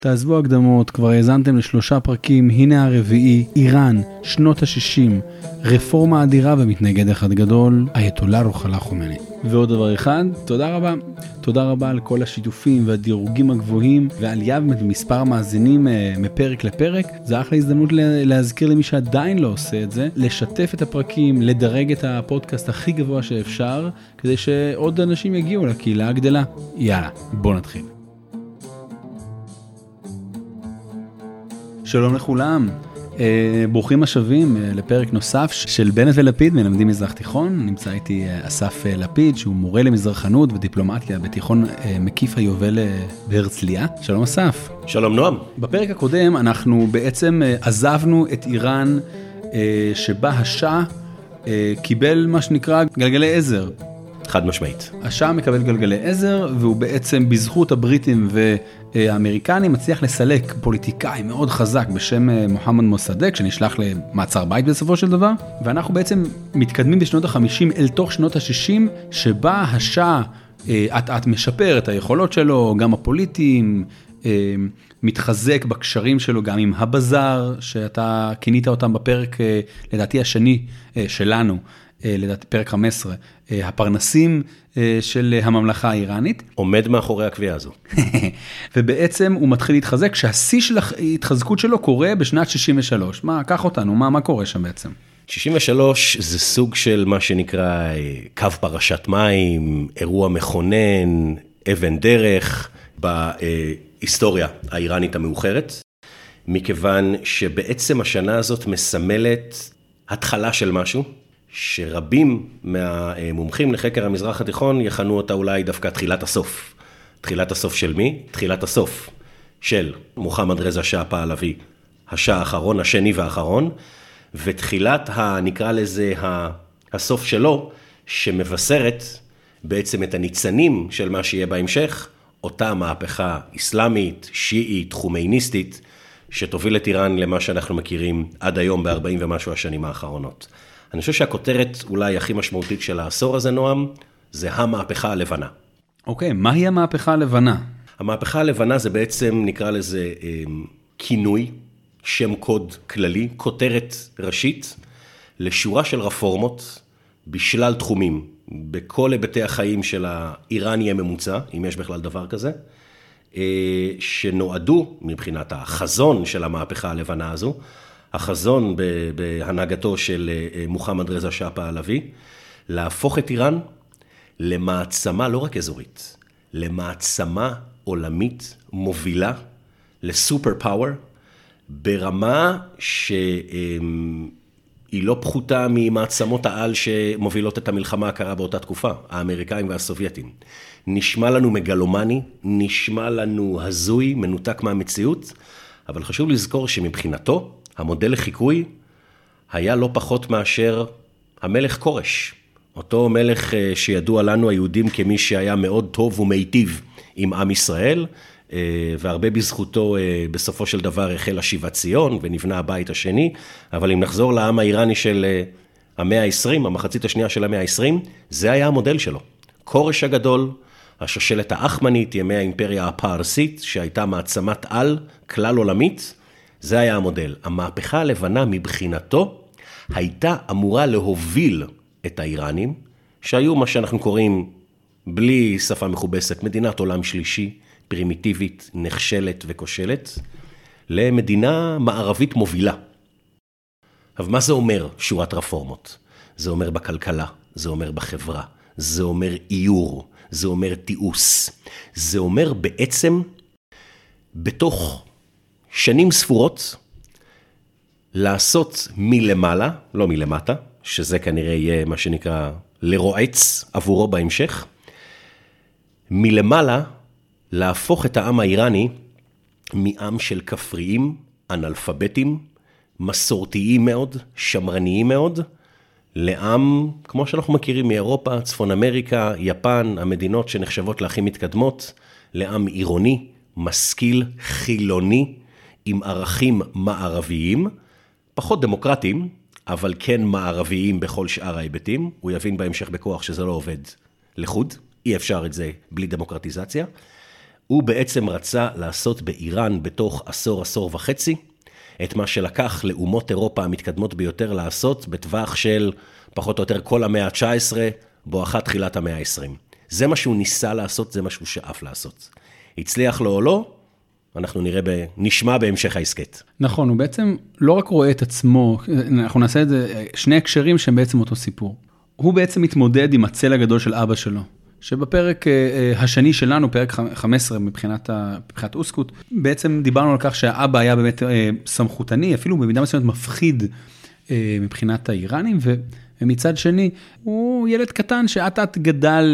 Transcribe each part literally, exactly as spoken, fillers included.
תעזבו הקדמות, כבר האזנתם לשלושה פרקים, הנה הרביעי, איראן, שנות ה-שישים, רפורמה אדירה ומתנגד אחד גדול, אייתוללה רוחלה חומני. ועוד דבר אחד, תודה רבה. תודה רבה על כל השיתופים והדירוגים הגבוהים, ועלייה במספר המאזינים מפרק לפרק. זה אחלה הזדמנות להזכיר למי שעדיין לא עושה את זה, לשתף את הפרקים, לדרג את הפודקאסט הכי גבוה שאפשר, כדי שעוד אנשים יגיעו לקהילה הגדלה. יאללה, בוא נתחיל. שלום לכולם, ברוכים השבים לפרק נוסף של בנט ולפיד מלמדים מזרח תיכון. נמצא איתי אסף לפיד שהוא מורה למזרחנות ודיפלומטיה בתיכון מקיף היובל בהרצליה. שלום אסף. שלום נועם. בפרק הקודם אנחנו בעצם עזבנו את איראן שבה השאה קיבל מה שנקרא גלגלי עזר. חד משמעית. השאה מקבל גלגלי עזר והוא בעצם בזכות הבריטים והאמריקנים מצליח לסלק פוליטיקאי מאוד חזק בשם מוחמד מוסדק שנשלח למעצר בית בסופו של דבר, ואנחנו בעצם מתקדמים בשנות ה-חמישים אל תוך שנות ה-שישים שבה השאה את את משפר את היכולות שלו, גם הפוליטיים, מתחזק בקשרים שלו גם עם הבזאר שאתה כינית אותם בפרק לדעתי השני שלנו, לדעתי פרק חמש עשרה, הפרנסים של הממלכה האיראנית. עומד מאחורי הקביעה הזו. ובעצם הוא מתחיל להתחזק, שהשיא של ההתחזקות שלו קורה בשנת שישים ושלוש. מה, קח אותנו, מה, מה קורה שם בעצם? שישים ושלוש זה סוג של מה שנקרא קו פרשת מים, אירוע מכונן, אבן דרך, בהיסטוריה האיראנית המאוחרת, מכיוון שבעצם השנה הזאת מסמלת התחלה של משהו, שרבים מהמומחים לחקר המזרח התיכון יכנו אותה אולי דווקא תחילת הסוף. תחילת הסוף של מי? תחילת הסוף של מוחמד רזה שאה פהלווי, השאה האחרון, השני והאחרון, ותחילת הנקרא לזה הסוף שלו, שמבשרת בעצם את הניצנים של מה שיהיה בהמשך, אותה מהפכה אסלאמית, שיעית, חומייניסטית, שתוביל את איראן למה שאנחנו מכירים עד היום ב-ארבעים ומשהו השנים האחרונות. אני חושב שהכותרת אולי הכי משמעותית של העשור הזה, נועם, זה המהפכה הלבנה. אוקיי, מהי המהפכה הלבנה? המהפכה הלבנה זה בעצם, נקרא לזה, כינוי, שם קוד כללי, כותרת ראשית, לשורה של רפורמות בשלל תחומים, בכל היבטי החיים של האיראני הממוצע, אם יש בכלל דבר כזה, שנועדו מבחינת החזון של המהפכה הלבנה הזו, החזון בהנהגתו של מוחמד רזה שאה פהלווי, להפוך את איראן למעצמה לא רק אזורית, למעצמה עולמית מובילה, לסופר פאוור, ברמה שהיא לא פחותה ממעצמות העל שמובילות את המלחמה הקרה באותה תקופה, האמריקאים והסובייטים. נשמע לנו מגלומני, נשמע לנו הזוי, מנותק מהמציאות, אבל חשוב לזכור שמבחינתו, המודל לחיקוי היה לא פחות מאשר המלך קורש. אותו מלך שידוע לנו היהודים כמי שהיה מאוד טוב ומיטיב עם עם ישראל, והרבה בזכותו בסופו של דבר החל השיבת ציון ונבנה הבית השני, אבל אם נחזור לעם האיראני של המאה ה-עשרים, המחצית השנייה של המאה ה-עשרים, זה היה המודל שלו. קורש הגדול, השושלת האחמנית, ימי האימפריה הפרסית, שהייתה מעצמת על כלל עולמית, זה היה המודל. המהפכה הלבנה מבחינתו הייתה אמורה להוביל את האיראנים, שהיו מה שאנחנו קוראים, בלי שפה מכובסת, מדינת עולם שלישי, פרימיטיבית, נכשלת וכושלת, למדינה מערבית מובילה. אבל מה זה אומר שורת רפורמות? זה אומר בכלכלה, זה אומר בחברה, זה אומר איור, זה אומר תיעוש, זה אומר בעצם בתוך שנים ספורות, לעשות מלמעלה, לא מלמטה, שזה כנראה יהיה מה שנקרא לרועץ עבורו בהמשך, מלמעלה להפוך את העם האיראני מעם של כפריים, אנאלפביתים, מסורתיים מאוד, שמרניים מאוד, לעם, כמו שאנחנו מכירים מאירופה, צפון אמריקה, יפן, המדינות שנחשבות להכי מתקדמות, לעם עירוני, משכיל, חילוני, עם ערכים מערביים, פחות דמוקרטיים, אבל כן מערביים בכל שאר ההיבטים. הוא יבין בהמשך בכוח שזה לא עובד לחוד, אי אפשר את זה בלי דמוקרטיזציה. הוא בעצם רצה לעשות באיראן בתוך עשור, עשור וחצי, את מה שלקח לאומות אירופה המתקדמות ביותר לעשות, בטווח של פחות או יותר כל המאה ה-תשע עשרה, בואכה תחילת המאה ה-עשרים. זה מה שהוא ניסה לעשות, זה מה שהוא שאף לעשות. הצליח לו או לא, אנחנו נראה, ב... נשמע בהמשך העסקת. נכון, הוא בעצם לא רק רואה את עצמו, אנחנו נעשה את זה, שני הקשרים שהם בעצם אותו סיפור. הוא בעצם מתמודד עם הצל הגדול של אבא שלו, שבפרק השני שלנו, פרק חמש עשרה מבחינת, מבחינת אוסקוט, בעצם דיברנו על כך שהאבא היה באמת סמכותני, אפילו במידה מסוימת מפחיד מבחינת האיראנים, ומצד שני, הוא ילד קטן שעט עט גדל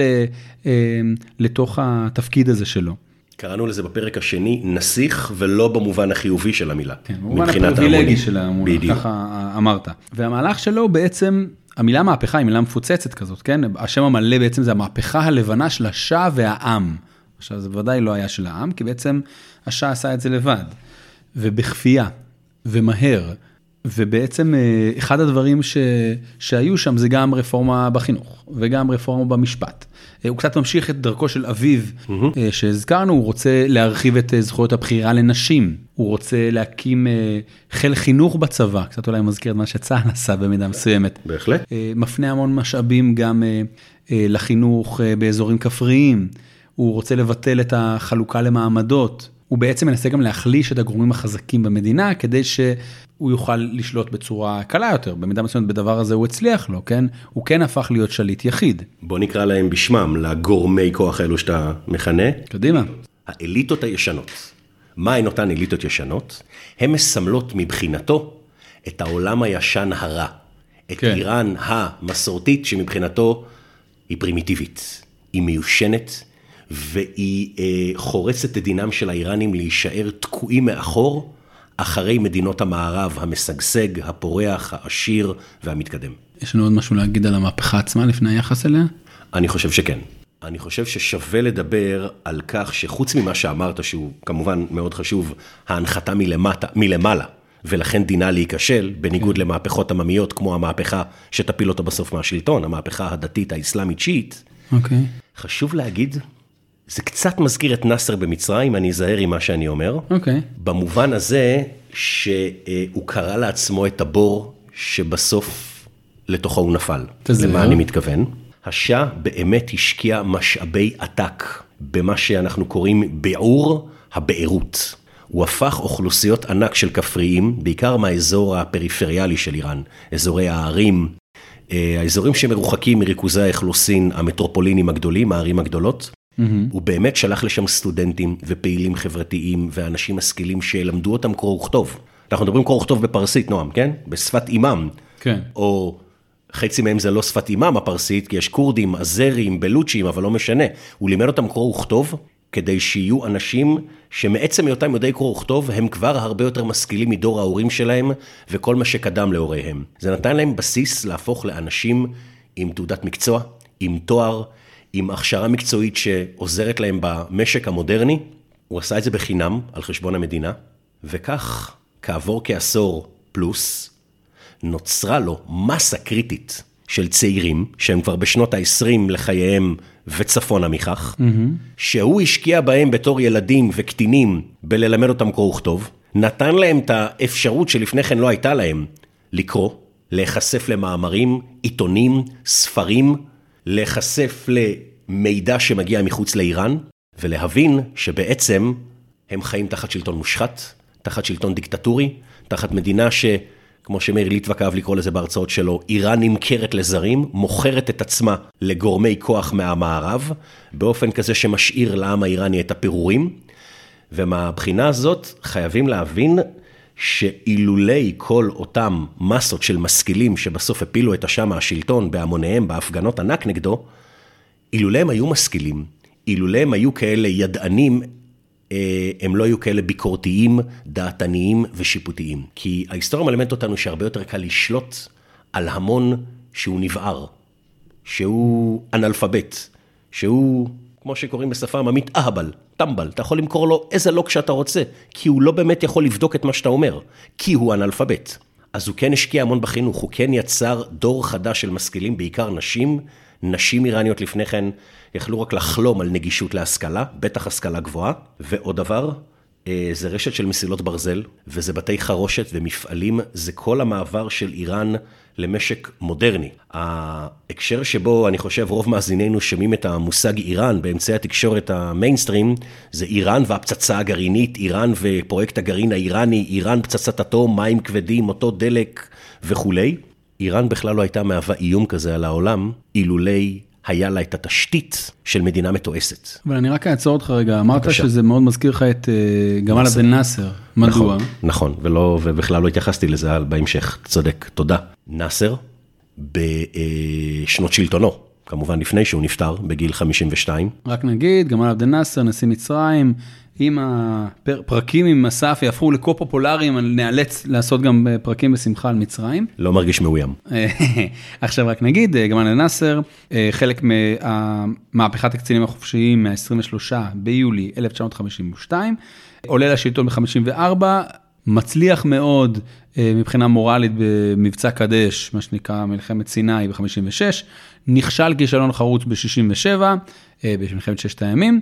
לתוך התפקיד הזה שלו. קראנו לזה בפרק השני, נסיך ולא במובן החיובי של המילה. כן, במובן הפריבילגי של המונח, ככה אמרת. והמהלך שלו בעצם, המילה מהפכה היא מילה מפוצצת כזאת, כן? השם המלא בעצם זה המהפכה הלבנה של השאה והעם. עכשיו זה ודאי לא היה של העם, כי בעצם השאה עשה את זה לבד. ובכפייה, ומהר. ובעצם אחד הדברים ש... שהיו שם זה גם רפורמה בחינוך, וגם רפורמה במשפט. הוא קצת ממשיך את דרכו של אביו, mm-hmm. שהזכרנו, הוא רוצה להרחיב את זכויות הבחירה לנשים, הוא רוצה להקים חיל חינוך בצבא, קצת אולי מזכיר את מה שצה"ל עשה במידה מסוימת. בהחלט. מפנה המון משאבים גם לחינוך באזורים כפריים, הוא רוצה לבטל את החלוקה למעמדות, הוא בעצם מנסה גם להחליש את הגורמים החזקים במדינה, כדי שהוא יוכל לשלוט בצורה קלה יותר. במידה מסוימת בדבר הזה הוא הצליח לו, כן? הוא כן הפך להיות שליט יחיד. בוא נקרא להם בשמם, לגורמי כוח האלו שאתה מכנה. קדימה. האליטות הישנות. מה הן אותן אליטות ישנות? הן מסמלות מבחינתו את העולם הישן הרע. את כן. איראן המסורתית שמבחינתו היא פרימיטיבית. היא מיושנת, והיא אה, חורצת את דינם של האיראנים להישאר תקועים מאחור, אחרי מדינות המערב המשגשג, הפורח, העשיר והמתקדם. יש לנו עוד משהו להגיד על המהפכה עצמה לפני היחס אליה? אני חושב שכן. אני חושב ששווה לדבר על כך שחוץ ממה שאמרת, שהוא כמובן מאוד חשוב, ההנחתה מלמטה, מלמעלה, ולכן דינה להיכשל, בניגוד כן. למהפכות עממיות, כמו המהפכה שתפיל אותה בסוף מהשלטון, המהפכה הדתית האסלאמית שיעית. אוקיי. חשוב להגיד, זה קצת מזכיר את נאסר במצרים, אני אזהר עם מה שאני אומר. אוקיי. במובן הזה שהוא קרא לעצמו את הבור שבסוף לתוכו הוא נפל. תזהר. למה אני מתכוון? השאה באמת השקיע משאבי עתק במה שאנחנו קוראים ביעור הבעירות. הוא הפך אוכלוסיות ענק של כפריים, בעיקר מהאזור הפריפריאלי של איראן, אזורי הערים, האזורים שמרוחקים מריכוזי האכלוסין המטרופולינים הגדולים, הערים הגדולות. Mm-hmm. הוא באמת שלח לשם סטודנטים ופעילים חברתיים ואנשים משכילים שלמדו אותם קרוא וכתוב. אנחנו מדברים קרוא וכתוב בפרסית, נועם, כן? בשפת אימם. כן. או חצי מהם זה לא שפת אימם הפרסית, כי יש קורדים, אזרים, בלוצ'ים, אבל לא משנה. הוא לימד אותם קרוא וכתוב, כדי שיהיו אנשים שמעצם היותם יודעי קרוא וכתוב, הם כבר הרבה יותר משכילים מדור ההורים שלהם, וכל מה שקדם להוריהם. זה נתן להם בסיס להפוך לאנשים עם תעודת מקצוע, עם תואר, עם הכשרה מקצועית שעוזרת להם במשק המודרני. הוא עשה את זה בחינם על חשבון המדינה, וכך, כעבור כעשור פלוס, נוצרה לו מסה קריטית של צעירים, שהם כבר בשנות ה-עשרים לחייהם וצפונה מכך, mm-hmm. שהוא השקיע בהם בתור ילדים וקטינים בללמד אותם קרוא וכתוב, נתן להם את האפשרות שלפני כן לא הייתה להם לקרוא, להיחשף למאמרים, עיתונים, ספרים, להיחשף למידע שמגיע מחוץ לאיראן, ולהבין שבעצם הם חיים תחת שלטון מושחת, תחת שלטון דיקטטורי, תחת מדינה ש... כמו שמאיר ליטבק אהב לקרוא לזה בהרצאות שלו, איראן נמכרת לזרים, מוכרת את עצמה לגורמי כוח מהמערב, באופן כזה שמשאיר לעם האיראני את הפירורים, ומהבחינה הזאת חייבים להבין שאילולי כל אותם מסות של משכילים שבסוף הפילו את השם השלטון בהמוניהם, בהפגנות ענק נגדו, אילולי הם היו משכילים, אילולי הם היו כאלה ידענים, הם לא היו כאלה ביקורתיים, דעתניים ושיפוטיים. כי ההיסטוריה מלמדת אותנו שהרבה יותר קל לשלוט על המון שהוא נבער, שהוא אנלפבית, שהוא, כמו שקוראים בשפה עממית, אהבל, טמבל. אתה יכול למכור לו איזה לוק שאתה רוצה, כי הוא לא באמת יכול לבדוק את מה שאתה אומר, כי הוא אנלפבית. אז הוא כן השקיע המון בחינוך, הוא כן יצר דור חדש של משכילים, בעיקר נשים, נשים איראניות לפני כן יכלו רק לחלום על נגישות להשכלה, בטח השכלה גבוהה, ועוד דבר, זה רשת של מסילות ברזל, וזה בתי חרושת ומפעלים, זה כל המעבר של איראן למשק מודרני. ההקשר שבו אני חושב רוב מאזינינו שומעים את המושג איראן באמצעי התקשורת המיינסטרים, זה איראן והפצצה הגרעינית, איראן ופרויקט הגרעין האיראני, איראן פצצת אטום, מים כבדים, אותו דלק וכולי. איראן בכלל לא הייתה מהווה איום כזה על העולם, אילולי היה לה את התשתית של מדינה מתועסת. אבל אני רק אעצור אותך רגע, אמרת שזה מאוד מזכיר לך את גמל עבד אל-נאצר, מדוע? נכון, נכון, ולא, ובכלל לא התייחסתי לזה בהמשך, צודק, תודה. נאצר, בשנות שלטונו, כמובן לפני שהוא נפטר, בגיל חמישים ושתיים. רק נגיד, גמל עבד אל-נאצר, נשיא מצרים, אם הפרקים עם מסף יהפכו לכה פופולריים, נאלץ לעשות גם פרקים בשמחה על מצרים. לא מרגיש מאוים. עכשיו רק נגיד, גמל עבד אל-נאצר, חלק מהמהפכת הקצינים החופשיים מה-עשרים ושלושה ביולי אלף תשע מאות חמישים ושתיים, עולה לשלטון ב-חמישים וארבע, מצליח מאוד מבחינה מורלית במבצע קדש, מה שנקרא מלחמת סיני ב-חמישים ושש, נכשל כישלון חרוץ ב-שישים ושבע, במלחמת ששת הימים,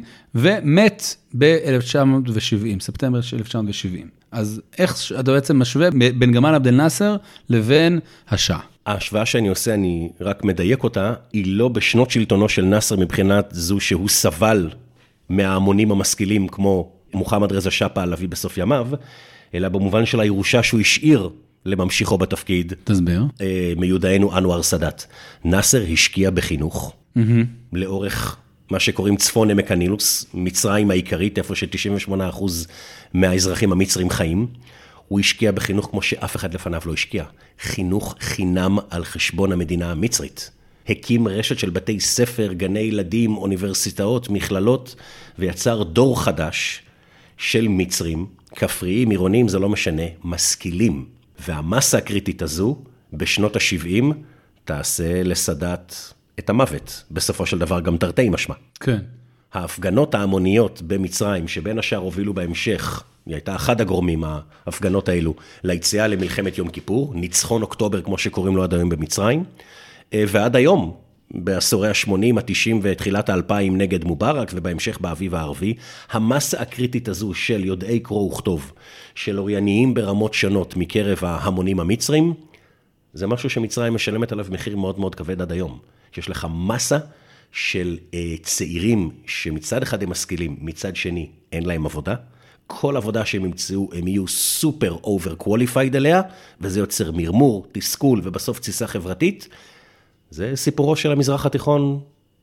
ומת ב-אלף תשע מאות שבעים, ספטמבר של אלף תשע מאות שבעים. אז איך אתה בעצם משווה בין גמל עבד אל-נאצר לבין השאה? ההשוואה שאני עושה, אני רק מדייק אותה, היא לא בשנות שלטונו של נאצר מבחינת זו שהוא סבל מההמונים המשכילים כמו מוחמד רזה שאה פהלוי בסוף ימיו, אלא במובן של הירושה שהוא השאיר לממשיכו בתפקיד. תסביר. מיודענו אנואר סאדאת. נאצר השקיע בחינוך, mm-hmm. לאורך מה שקוראים צפון עמק הנילוס, מצרים העיקרית, איפה ש-תשעים ושמונה אחוז מהאזרחים המצרים חיים. הוא השקיע בחינוך כמו שאף אחד לפניו לא השקיע. חינוך חינם על חשבון המדינה המצרית. הקים רשת של בתי ספר, גני ילדים, אוניברסיטאות, מכללות, ויצר דור חדש של מצרים, כפריים, עירוניים, זה לא משנה, משכילים. והמסה הקריטית הזו, בשנות ה-שבעים, תעשה לסאדאת את המוות. בסופו של דבר גם תרתי משמע. כן. ההפגנות ההמוניות במצרים, שבין השאר הובילו בהמשך, היא הייתה אחד הגורמים, ההפגנות האלו, ליציאה למלחמת יום כיפור, ניצחון אוקטובר, כמו שקוראים לו עד היום במצרים, ועד היום, בעשורי ה-שמונים, ה-תשעים ותחילת ה-אלפיים נגד מובארק, ובהמשך באביב הערבי, המסה הקריטית הזו של יודעי קרוא וכתוב, של אורייניים ברמות שונות מקרב ההמונים המצרים, זה משהו שמצרים משלמת עליו מחיר מאוד מאוד כבד עד היום. שיש לך מסה של אה, צעירים שמצד אחד הם משכילים, מצד שני אין להם עבודה, כל עבודה שהם ימצאו, הם יהיו סופר אובר קווליפייד עליה, וזה יוצר מרמור, תסכול ובסוף תסיסה חברתית. זה סיפורו של המזרח התיכון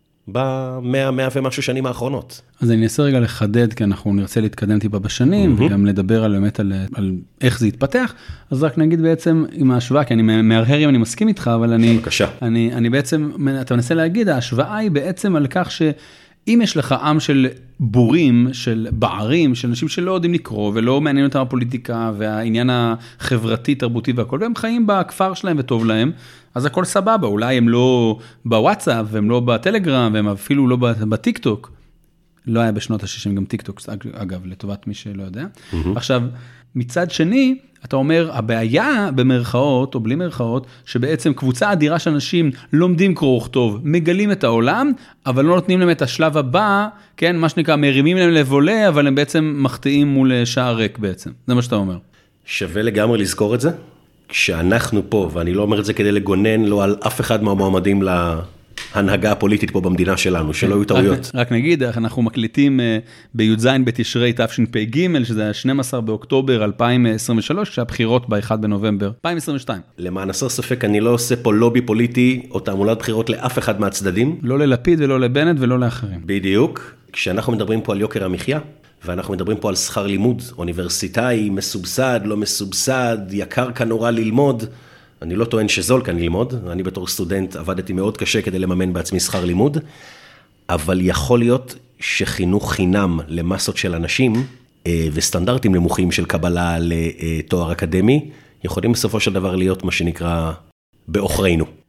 במאה, מאה ומשהו שנים האחרונות. אז אני אנסה רגע לחדד, כי אנחנו נרצה להתקדם טיפה בשנים, mm-hmm. וגם לדבר על, באמת על, על איך זה יתפתח. אז רק נגיד בעצם עם ההשוואה, כי אני מהרהר אם אני מסכים איתך, אבל אני, אני, אני בעצם, אתה מנסה להגיד, ההשוואה היא בעצם על כך שאם יש לך עם של בורים, של בערים, של אנשים שלא יודעים לקרוא, ולא מעניין אותם הפוליטיקה, והעניין החברתי, תרבותי והכל, והם חיים בכפר שלהם וטוב להם, אז הכל סבבה, אולי הם לא בוואטסאפ, והם לא בטלגרם, והם אפילו לא בטיקטוק. לא היה בשנות ה-שישים גם טיקטוק, אגב, לטובת מי שלא יודע. Mm-hmm. עכשיו, מצד שני, אתה אומר, הבעיה במרכאות, או בלי מרכאות, שבעצם קבוצה אדירה של אנשים לומדים קרוא וכתוב, מגלים את העולם, אבל לא נותנים להם את השלב הבא, כן, מה שנקרא, מרימים להם לבולה, אבל הם בעצם מחטיאים מול שער ריק בעצם. זה מה שאתה אומר. שווה לגמרי לזכור את זה. כשאנחנו פה, ואני לא אומר את זה כדי לגונן לא על אף אחד מהמועמדים להנהגה הפוליטית פה במדינה שלנו, שלא יהיו טעויות. רק נגיד, אנחנו מקליטים בי"ז בתשרי תשפ"ג, שזה ה-שנים עשר באוקטובר אלפיים עשרים ושלוש, כשהבחירות ב-אחד בנובמבר אלפיים עשרים ושתיים. למען הסר ספק, אני לא עושה פה לובי פוליטי או תעמולת בחירות לאף אחד מהצדדים. לא ללפיד ולא לבנט ולא לאחרים. בדיוק. כשאנחנו מדברים פה על יוקר המחיה, ואנחנו מדברים פה על שכר לימוד, אוניברסיטאי, מסובסד, לא מסובסד, יקר כאן נורא ללמוד. אני לא טוען שזול כאן ללמוד, אני בתור סטודנט עבדתי מאוד קשה כדי לממן בעצמי שכר לימוד, אבל יכול להיות שחינוך חינם למסות של אנשים, וסטנדרטים נמוכים של קבלה לתואר אקדמי, יכולים בסופו של דבר להיות מה שנקרא באוכרינו.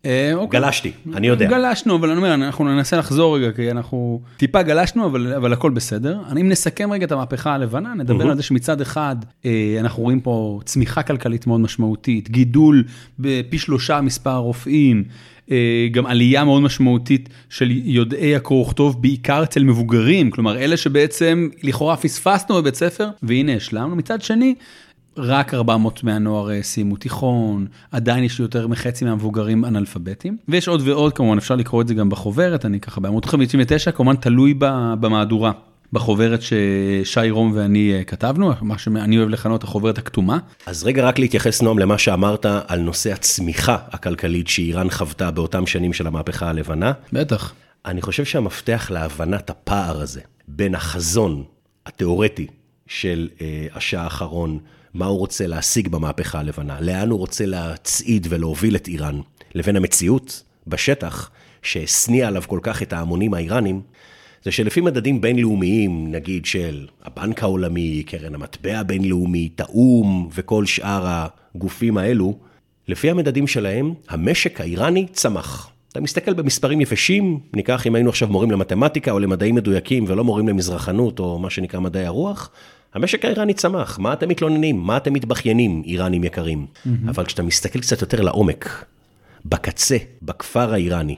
גלשתי, אני יודע. גלשנו, אבל אני אומר, אנחנו ננסה לחזור רגע, כי אנחנו טיפה גלשנו, אבל, אבל הכל בסדר. אני אם נסכם רגע את המהפכה הלבנה, נדבר על זה שמצד אחד, אנחנו רואים פה צמיחה כלכלית מאוד משמעותית, גידול בפי שלושה מספר הרופאים, גם עלייה מאוד משמעותית של יודעי הקרוא וכתוב, בעיקר אצל מבוגרים, כלומר, אלה שבעצם לכאורה פספסנו בבית ספר, והנה השלמנו. מצד שני, רק ארבע מאות מהנוער סיימו תיכון, עדיין יש יותר מחצי מהמבוגרים אנאלפביתים, ויש עוד ועוד, כמובן אפשר לקרוא את זה גם בחוברת, אני ככה בעמוד חמישים ותשע, כמובן תלוי במהדורה, בחוברת ששי רום ואני כתבנו, מה שאני אוהב לכנות החוברת הכתומה. אז רגע רק להתייחס נועם למה שאמרת על נושא הצמיחה הכלכלית שאיראן חוותה באותם שנים של המהפכה הלבנה. בטח. אני חושב שהמפתח להבנת הפער הזה, בין החזון התיאורטי של אה, השעה האחרון, מה הוא רוצה להשיג במהפכה הלבנה, לאן הוא רוצה להצעיד ולהוביל את איראן, לבין המציאות בשטח, שהסניע עליו כל כך את ההמונים האיראנים, זה שלפי מדדים בינלאומיים, נגיד של הבנק העולמי, קרן המטבע הבינלאומי, האו"ם וכל שאר הגופים האלו, לפי המדדים שלהם, המשק האיראני צמח. אתה מסתכל במספרים יפשים, ניקח אם היינו עכשיו מורים למתמטיקה או למדעים מדויקים ולא מורים למזרחנות או מה שנקרא מדעי הרוח, המשק האיראני צמח, מה אתם מתלוננים, מה אתם מתבחיינים, איראנים יקרים. Mm-hmm. אבל כשאתה מסתכל קצת יותר לעומק, בקצה, בכפר האיראני,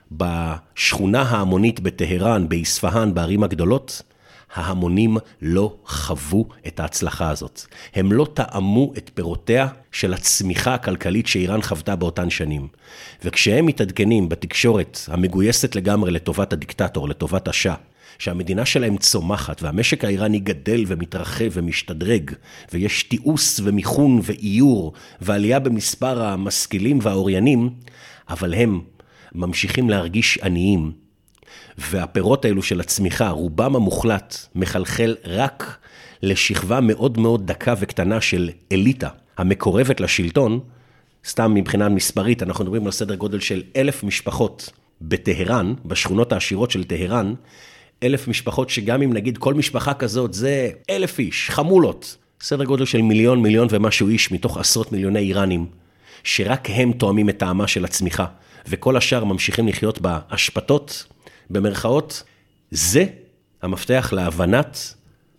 בשכונה ההמונית בטהרן, באספהאן, בערים הגדולות, ההמונים לא חוו את ההצלחה הזאת. הם לא טעמו את פירותיה של הצמיחה הכלכלית שאיראן חוותה באותן שנים. וכשהם מתעדכנים בתקשורת המגויסת לגמרי לטובת הדיקטטור, לטובת השאה, שהמדינה שלהם צומחת, והמשק האיראני גדל ומתרחב ומשתדרג, ויש תיעוש ומיכון ואיור, ועלייה במספר המשכילים והאוריינים, אבל הם ממשיכים להרגיש עניים, והפירות האלו של הצמיחה, רובם המוחלט, מחלחל רק לשכבה מאוד מאוד דקה וקטנה של אליטה, המקורבת לשלטון, סתם מבחינה מספרית, אנחנו מדברים על סדר גודל של אלף משפחות בטהרן, בשכונות העשירות של טהרן, אלף משפחות שגם אם נגיד כל משפחה כזאת זה אלף איש, חמולות, סדר גודל של מיליון, מיליון ומשהו איש מתוך עשרות מיליוני איראנים, שרק הם תואמים את טעמה של הצמיחה, וכל השאר ממשיכים לחיות בהשפטות, במרכאות, זה המפתח להבנת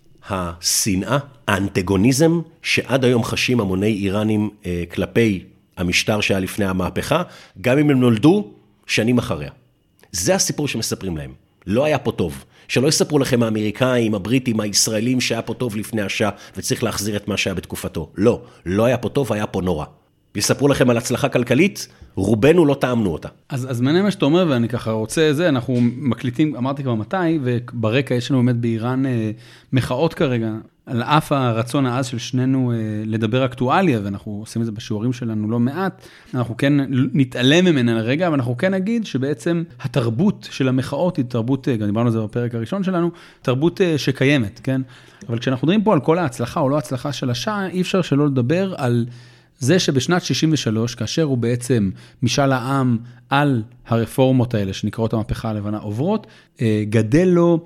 השנאה, האנטגוניזם, שעד היום חשים המוני איראנים אה, כלפי המשטר שהיה לפני המהפכה, גם אם הם נולדו שנים אחריה. זה הסיפור שמספרים להם. לא היה פה טוב. שלא יספרו לכם האמריקאים, הבריטים, הישראלים, שהיה פה טוב לפני השעה, וצריך להחזיר את מה שהיה בתקופתו. לא, לא היה פה טוב, היה פה נורא. יספרו לכם על הצלחה כלכלית, רובנו לא טעמנו אותה. אז, אז מעניין מה שאתה אומר, ואני ככה רוצה זה, אנחנו מקליטים, אמרתי כבר מתי, וברקע יש לנו באמת באיראן אה, מחאות כרגע, על אף הרצון העז של שנינו אה, לדבר אקטואליה, ואנחנו עושים את זה בשיעורים שלנו לא מעט, אנחנו כן נתעלם ממנה לרגע, ואנחנו כן נגיד שבעצם התרבות של המחאות היא תרבות, גם דיברנו על זה בפרק הראשון שלנו, תרבות אה, שקיימת, כן? אבל כשאנחנו מדברים פה על כל ההצלחה או לא הצלחה של השעה, אי אפשר שלא לדבר על זה שבשנת שישים ושלוש, כאשר הוא בעצם משאל העם על הרפורמות האלה, שנקראות המהפכה הלבנה עוברות, גדל לו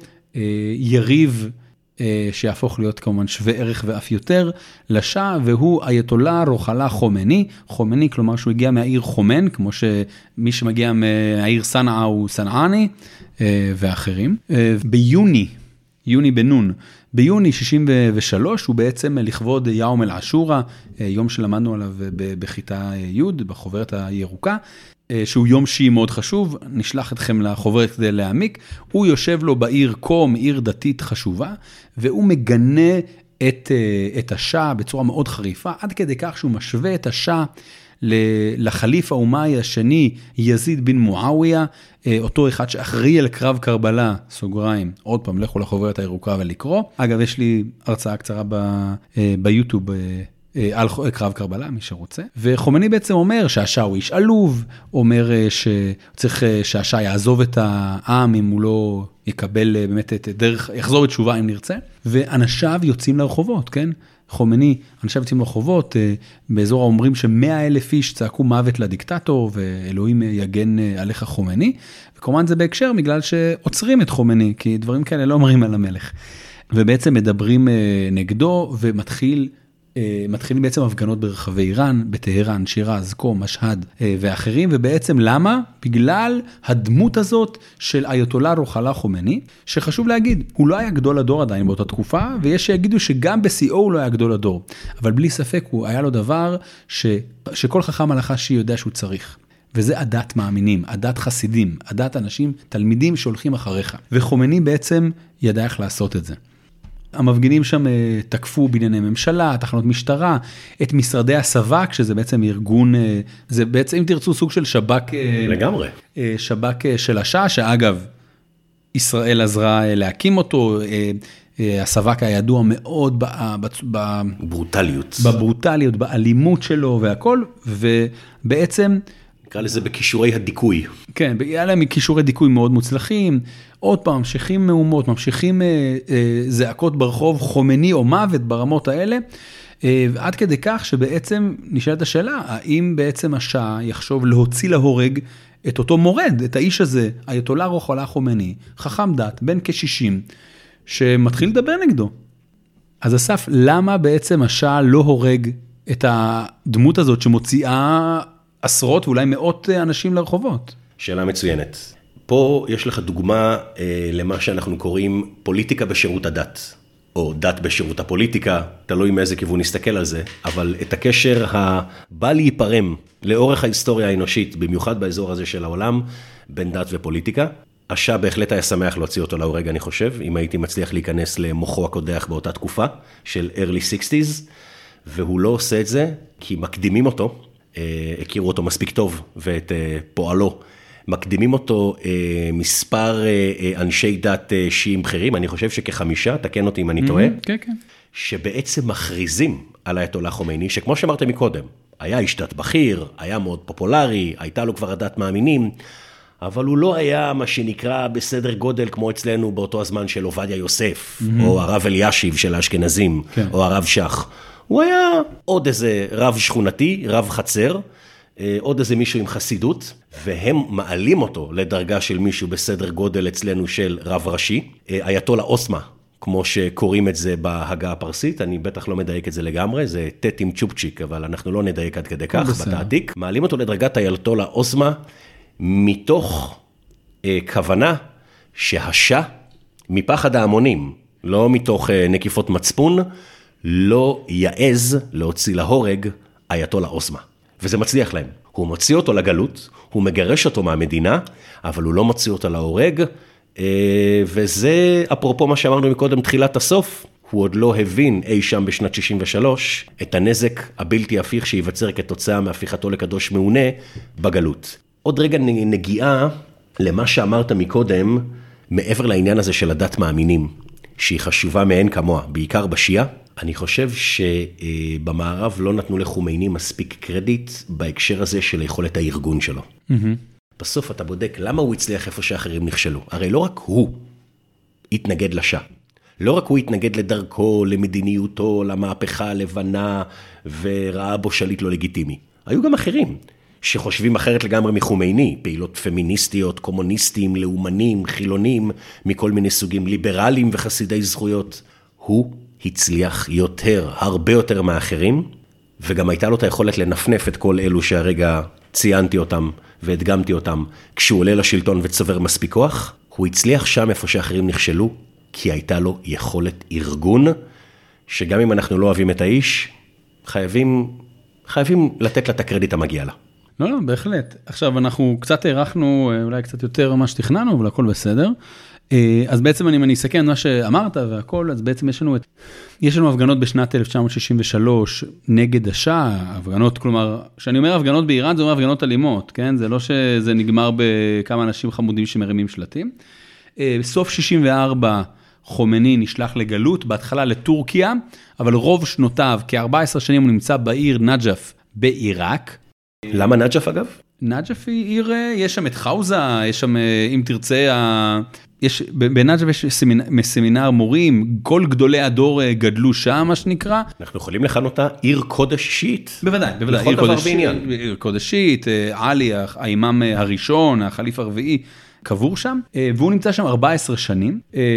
יריב שיהפוך להיות כמובן שווה ערך ואף יותר לשעה, והוא אייתוללה רוחלה חומני, חומני כלומר שהוא הגיע מהעיר חומן, כמו שמי שמגיע מהעיר סנעה הוא סנעני ואחרים. ביוני, יוני בנון, ביוני שישים ושלוש הוא בעצם לכבוד יום אל-עשורה, יום שלמדנו עליו בכיתה י' בחוברת הירוקה, שהוא יום שיעי מאוד חשוב, נשלח אתכם לחוברת כדי להעמיק, הוא יושב לו בעיר קום, עיר דתית חשובה, והוא מגנה את, את השאה בצורה מאוד חריפה, עד כדי כך שהוא משווה את השאה לחליף האומאי השני, יזיד בן מועאוויה, אותו אחד שאחראי על קרב קרבלה, סוגריים, עוד פעם, לכו לחוברת הירוקה ולקרוא. אגב, יש לי הרצאה קצרה ב, ביוטיוב על קרב קרבלה, מי שרוצה. וחומני בעצם אומר שהשאה הוא איש עלוב, אומר שצריך שהשאה יעזוב את העם אם הוא לא יקבל באמת את דרך, יחזור בתשובה אם נרצה, ואנשיו יוצאים לרחובות, כן? חומני, אנשיו יוצאים לרחובות, באזור האומרים שמאה אלף איש צעקו מוות לדיקטטור, ואלוהים יגן עליך חומני, וכמובן זה בהקשר בגלל שעוצרים את חומני, כי דברים כאלה לא אומרים על המלך. ובעצם מדברים נגדו, ומתחיל מתחילים בעצם הפגנות ברחבי איראן, בטהרן, שירז, קום, משהד ואחרים, ובעצם למה? בגלל הדמות הזאת של אייתוללה רוחלה חומני, שחשוב להגיד, הוא לא היה גדול הדור עדיין באותה תקופה, ויש שיגידו שגם בשיאו הוא לא היה גדול הדור, אבל בלי ספק הוא היה לו דבר ש... שכל חכם הלכה שיודע שהוא צריך. וזה עדת מאמינים, עדת חסידים, עדת אנשים, תלמידים שהולכים אחריך. וחומני בעצם ידע איך לעשות את זה. המפגינים שם תקפו בענייני ממשלה, תחנות משטרה, את משרדי הסב"כ, שזה בעצם ארגון, זה בעצם, אם תרצו, סוג של שב"כ... לגמרי. שב"כ של השעה, שאגב, ישראל עזרה להקים אותו, הסב"כ היה ידוע מאוד בברוטליות. בברוטליות, באלימות שלו והכל, ובעצם... נקרא לזה בכישורי הדיכוי. כן, היה להם כישורי דיכוי מאוד מוצלחים, עוד פעם, ממשיכים מהומות, ממשיכים אה, אה, זעקות ברחוב, חומני או מוות ברמות האלה, אה, עד כדי כך שבעצם נשאלת השאלה, האם בעצם השעה יחשוב להוציא להורג את אותו מורד, את האיש הזה, אייתוללה רוחלה חומני, חכם דת, בן כשישים, שמתחיל לדבר נגדו. אז אסף, למה בעצם השעה לא הורג את הדמות הזאת שמוציאה עשרות ואולי מאות אנשים לרחובות? שאלה מצוינת. פה יש לך דוגמה אה, למה שאנחנו קוראים פוליטיקה בשירות הדת, או דת בשירות הפוליטיקה, תלוי מאיזה כיוון נסתכל על זה, אבל את הקשר הבא להיפרם לאורך ההיסטוריה האנושית, במיוחד באזור הזה של העולם, בין דת ופוליטיקה. השעה בהחלט היה שמח להוציא אותו להורג, אני חושב, אם הייתי מצליח להיכנס למוחו הקודח באותה תקופה של early sixties, והוא לא עושה את זה, כי מקדימים אותו, הכירו אותו מספיק טוב, ואת פועלו, מקדימים אותו מספר אנשי דת שיעים בכירים, אני חושב שכחמישה, תקן אותי אם אני טועה, כן, כן. שבעצם מכריזים על האייתוללה חומייני, שכמו שאמרתם מקודם, היה איש דת בכיר, היה מאוד פופולרי, הייתה לו כבר הדת מאמינים, אבל הוא לא היה מה שנקרא בסדר גודל כמו אצלנו באותו הזמן של עובדיה יוסף, או הרב אלישיב של האשכנזים, או הרב שך. הוא היה עוד איזה רב שכונתי, רב חצר, עוד איזה מישהו עם חסידות, והם מעלים אותו לדרגה של מישהו בסדר גודל אצלנו של רב ראשי, אייתוללה אוסמה, כמו שקוראים את זה בהגה הפרסית, אני בטח לא מדייק את זה לגמרי, זה טט עם צ'ופצ'יק, אבל אנחנו לא נדייק עד כדי כך בתעתיק. מעלים אותו לדרגת אייתוללה אוסמה, מתוך אה, כוונה שהשעה, מפחד ההמונים, לא מתוך אה, נקיפות מצפון, לא יעז להוציא להורג אייתוללה אוסמה. וזה מצליח להם. הוא מוציא אותו לגלות, הוא מגרש אותו מהמדינה, אבל הוא לא מוציא אותו להורג, אה, וזה אפרופו מה שאמרנו מקודם, תחילת הסוף, הוא עוד לא הבין אי שם בשנת שישים ושלוש, את הנזק הבלתי הפיך שיווצר כתוצאה מהפיכתו לקדוש מעונה בגלות. עוד רגע נגיעה למה שאמרת מקודם, מעבר לעניין הזה של הדת מאמינים, שהיא חשובה מעין כמוה, בעיקר בשיעה. אני חושב שבמערב לא נתנו לחומייני מספיק קרדיט בהקשר הזה של יכולת הארגון שלו. Mm-hmm. בסוף אתה בודק למה הוא הצליח איפה שאחרים נכשלו. הרי לא רק הוא התנגד לשעה. לא רק הוא התנגד לדרכו, למדיניותו, למהפכה הלבנה, וראה בו שליט לא לגיטימי. היו גם אחרים. שחושבים אחרת לגמרי מחומייני, פעילות פמיניסטיות, קומוניסטים, לאומנים, חילונים, מכל מיני סוגים, ליברלים וחסידי זכויות. הוא הצליח יותר, הרבה יותר מאחרים, וגם הייתה לו את היכולת לנפנף את כל אלו שהרגע ציינתי אותם והדגמתי אותם, כשהוא עולה לשלטון וצובר מספיק כוח, הוא הצליח שם איפה שאחרים נכשלו, כי הייתה לו יכולת ארגון, שגם אם אנחנו לא אוהבים את האיש, חייבים, חייבים לתת לה את הקרדיט המגיע לה. לא, לא, בהחלט. עכשיו אנחנו קצת הערכנו, אולי קצת יותר מה שתכננו, אבל הכל בסדר. אז בעצם אני, אני אסכם מה שאמרת והכל, אז בעצם יש לנו, את, יש לנו הפגנות בשנת אלף תשע מאות שישים ושלוש נגד השעה, הפגנות, כלומר, כשאני אומר הפגנות באיראן, זה אומר הפגנות אלימות, כן? זה לא שזה נגמר בכמה אנשים חמודים שמרימים שלטים. בסוף שישים וארבע חומני נשלח לגלות, בהתחלה לטורקיה, אבל רוב שנותיו, כ-ארבע עשרה שנים הוא נמצא בעיר נג'ף בעיראק. למה נג'ף אגב? נג'ף היא עיר, יש שם את חאוזה, יש שם, אם תרצה, יש, בנג'ף יש סמינר, סמינר מורים, כל גדולי הדור גדלו שם, מה שנקרא. אנחנו יכולים לכנות אותה עיר קודש שיעית. בוודאי, בוודאי. לכל דבר בעניין. עיר קודש שיעית, עלי, האימאם הראשון, החליף הרביעי, קבור שם, והוא נמצא שם ארבע עשרה שנים,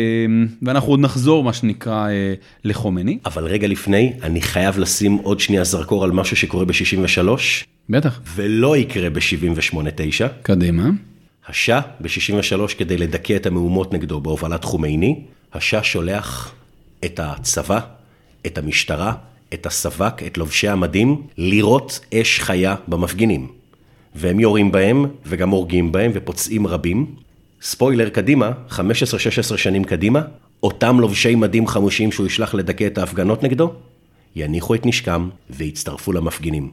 ואנחנו עוד נחזור מה שנקרא לחומני. אבל רגע לפני, אני חייב לשים עוד שנייה זרקור על משהו שקורה ב-שישים ושלוש. בטח. ולא יקרה ב-שבעים ושמונה תשע. קדימה. השאה ב-שישים ושלוש כדי לדכא את המהומות נגדו בהובלת חומייני, השאה שולח את הצבא, את המשטרה, את הסבק, את לובשי המדים, לירות אש חיה במפגינים. והם יורים בהם וגם הורגים בהם ופוצעים רבים. ספוילר קדימה, חמש עשרה שש עשרה שנים קדימה, אותם לובשי מדים חמושים שהוא ישלח לדכא את ההפגנות נגדו, יניחו את נשקם והצטרפו למפגינים.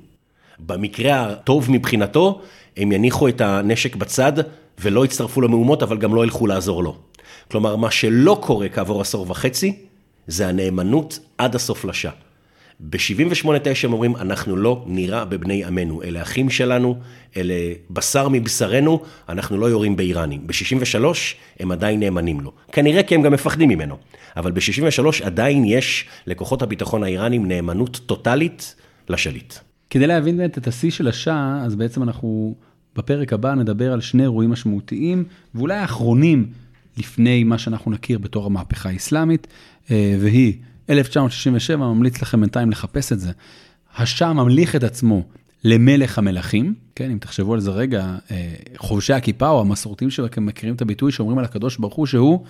במקרה הטוב מבחינתו, הם יניחו את הנשק בצד ולא יצטרפו למהומות, אבל גם לא ילכו לעזור לו. כלומר, מה שלא קורה כעבור עשור וחצי, זה הנאמנות עד הסוף לשאה. ב-שבעים ושמונה תשע הם אומרים, אנחנו לא נירה בבני עמנו, אלה אחים שלנו, אלה בשר מבשרנו, אנחנו לא יורים באיראנים. ב-שישים ושלוש הם עדיין נאמנים לו. כנראה כי הם גם מפחדים ממנו. אבל ב-שישים ושלוש עדיין יש לכוחות הביטחון האיראנים נאמנות טוטלית לשליט. כדי להבין באמת את השיא של השאה, אז בעצם אנחנו בפרק הבא נדבר על שני אירועים משמעותיים, ואולי האחרונים לפני מה שאנחנו נכיר בתור המהפכה האסלאמית, והיא אלף תשע מאות שישים ושבע, ממליץ לכם בינתיים לחפש את זה. השאה ממליך את עצמו למלך המלכים, כן, אם תחשבו על זה רגע, חובשי הכיפה או המסורתיים שמכירים את הביטוי שאומרים על הקדוש ברוך הוא שהוא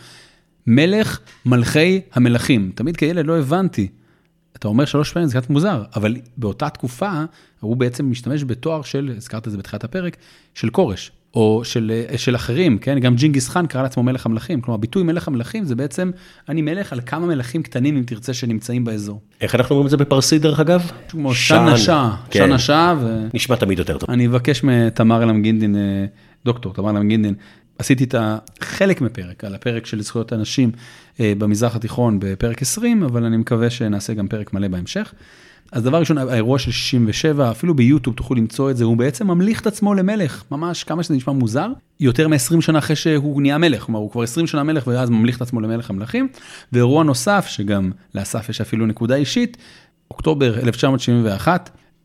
מלך מלכי המלכים. תמיד כילד לא הבנתי, אתה אומר שלוש פעמים, זה קצת מוזר, אבל באותה תקופה הוא בעצם משתמש בתואר של, הזכרת את זה בתחילת הפרק, של קורש, או של, של אחרים, כן? גם ג'ינגיס חאן קרא לעצמו מלך המלכים, כלומר, ביטוי מלך המלכים זה בעצם, אני מלך על כמה מלכים קטנים, אם תרצה, שנמצאים באזור. איך אנחנו אומרים את זה בפרסית, דרך אגב? כמו שנה שעה, שנה שעה, ו... נשמע תמיד יותר טוב. אני אבקש מתמר אלמגינדין, דוקטור תמר אלמגינדין, עשיתי את חלק מפרק, על הפרק של זכויות אנשים במזרח התיכון בפרק עשרים, אבל אני מקווה שנעשה גם פרק מלא בהמשך. אז דבר ראשון, האירוע של שישים ושבע, אפילו ביוטיוב תוכלו למצוא את זה, הוא בעצם ממליך את עצמו למלך, ממש כמה שזה נשמע מוזר, יותר מ-עשרים שנה אחרי שהוא נהיה מלך, כלומר הוא כבר עשרים שנה מלך ואז ממליך את עצמו למלך המלכים, ואירוע נוסף, שגם לאסף יש אפילו נקודה אישית, אוקטובר אלף תשע מאות שבעים ואחת,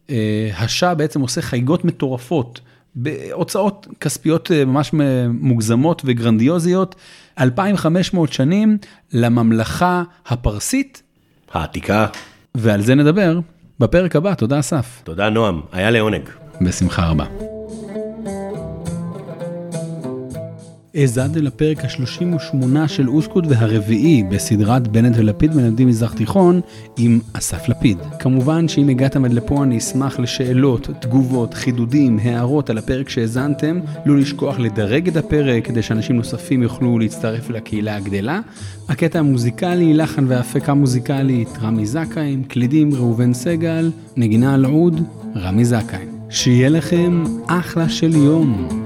השאה בעצם עושה חגיגות מטורפות, בהוצאות כספיות ממש מוגזמות וגרנדיוזיות, אלפיים וחמש מאות שנים לממלכה הפרסית. העתיקה. ועל זה נדבר בפרק הבא. תודה אסף. תודה נועם, היה לעונג. בשמחה רבה. האזנתם לפרק ה-שלושים ושמונה של אוסקוט והרביעי בסדרת בנט ולפיד מלמדים מזרח תיכון עם אסף לפיד. כמובן שאם הגעתם עד לפה אני אשמח לשאלות, תגובות, חידודים, הערות על הפרק שהאזנתם, לא לשכוח לדרג את הפרק כדי שאנשים נוספים יוכלו להצטרף לקהילה הגדלה. הקטע המוזיקלי, לחן והפקה מוזיקלית, רמי זכאים, קלידים ראובן סגל, נגינה על עוד, רמי זכאים. שיהיה לכם אחלה של יום.